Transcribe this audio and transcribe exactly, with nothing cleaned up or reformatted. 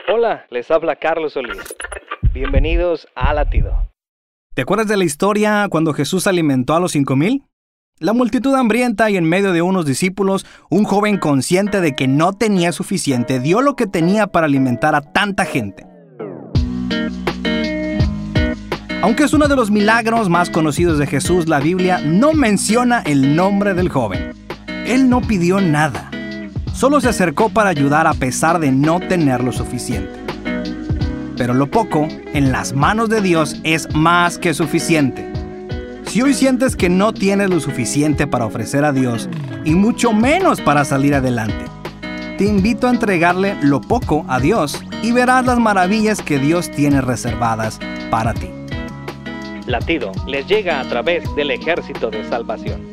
Hola, les habla Carlos Solís. Bienvenidos a Latido. ¿Te acuerdas de la historia cuando Jesús alimentó a los cinco mil? La multitud hambrienta y en medio de unos discípulos, un joven consciente de que no tenía suficiente, dio lo que tenía para alimentar a tanta gente. Aunque es uno de los milagros más conocidos de Jesús, la Biblia no menciona el nombre del joven. Él no pidió nada. Solo se acercó para ayudar a pesar de no tener lo suficiente. Pero lo poco, en las manos de Dios, es más que suficiente. Si hoy sientes que no tienes lo suficiente para ofrecer a Dios, y mucho menos para salir adelante, te invito a entregarle lo poco a Dios y verás las maravillas que Dios tiene reservadas para ti. Latido les llega a través del Ejército de Salvación.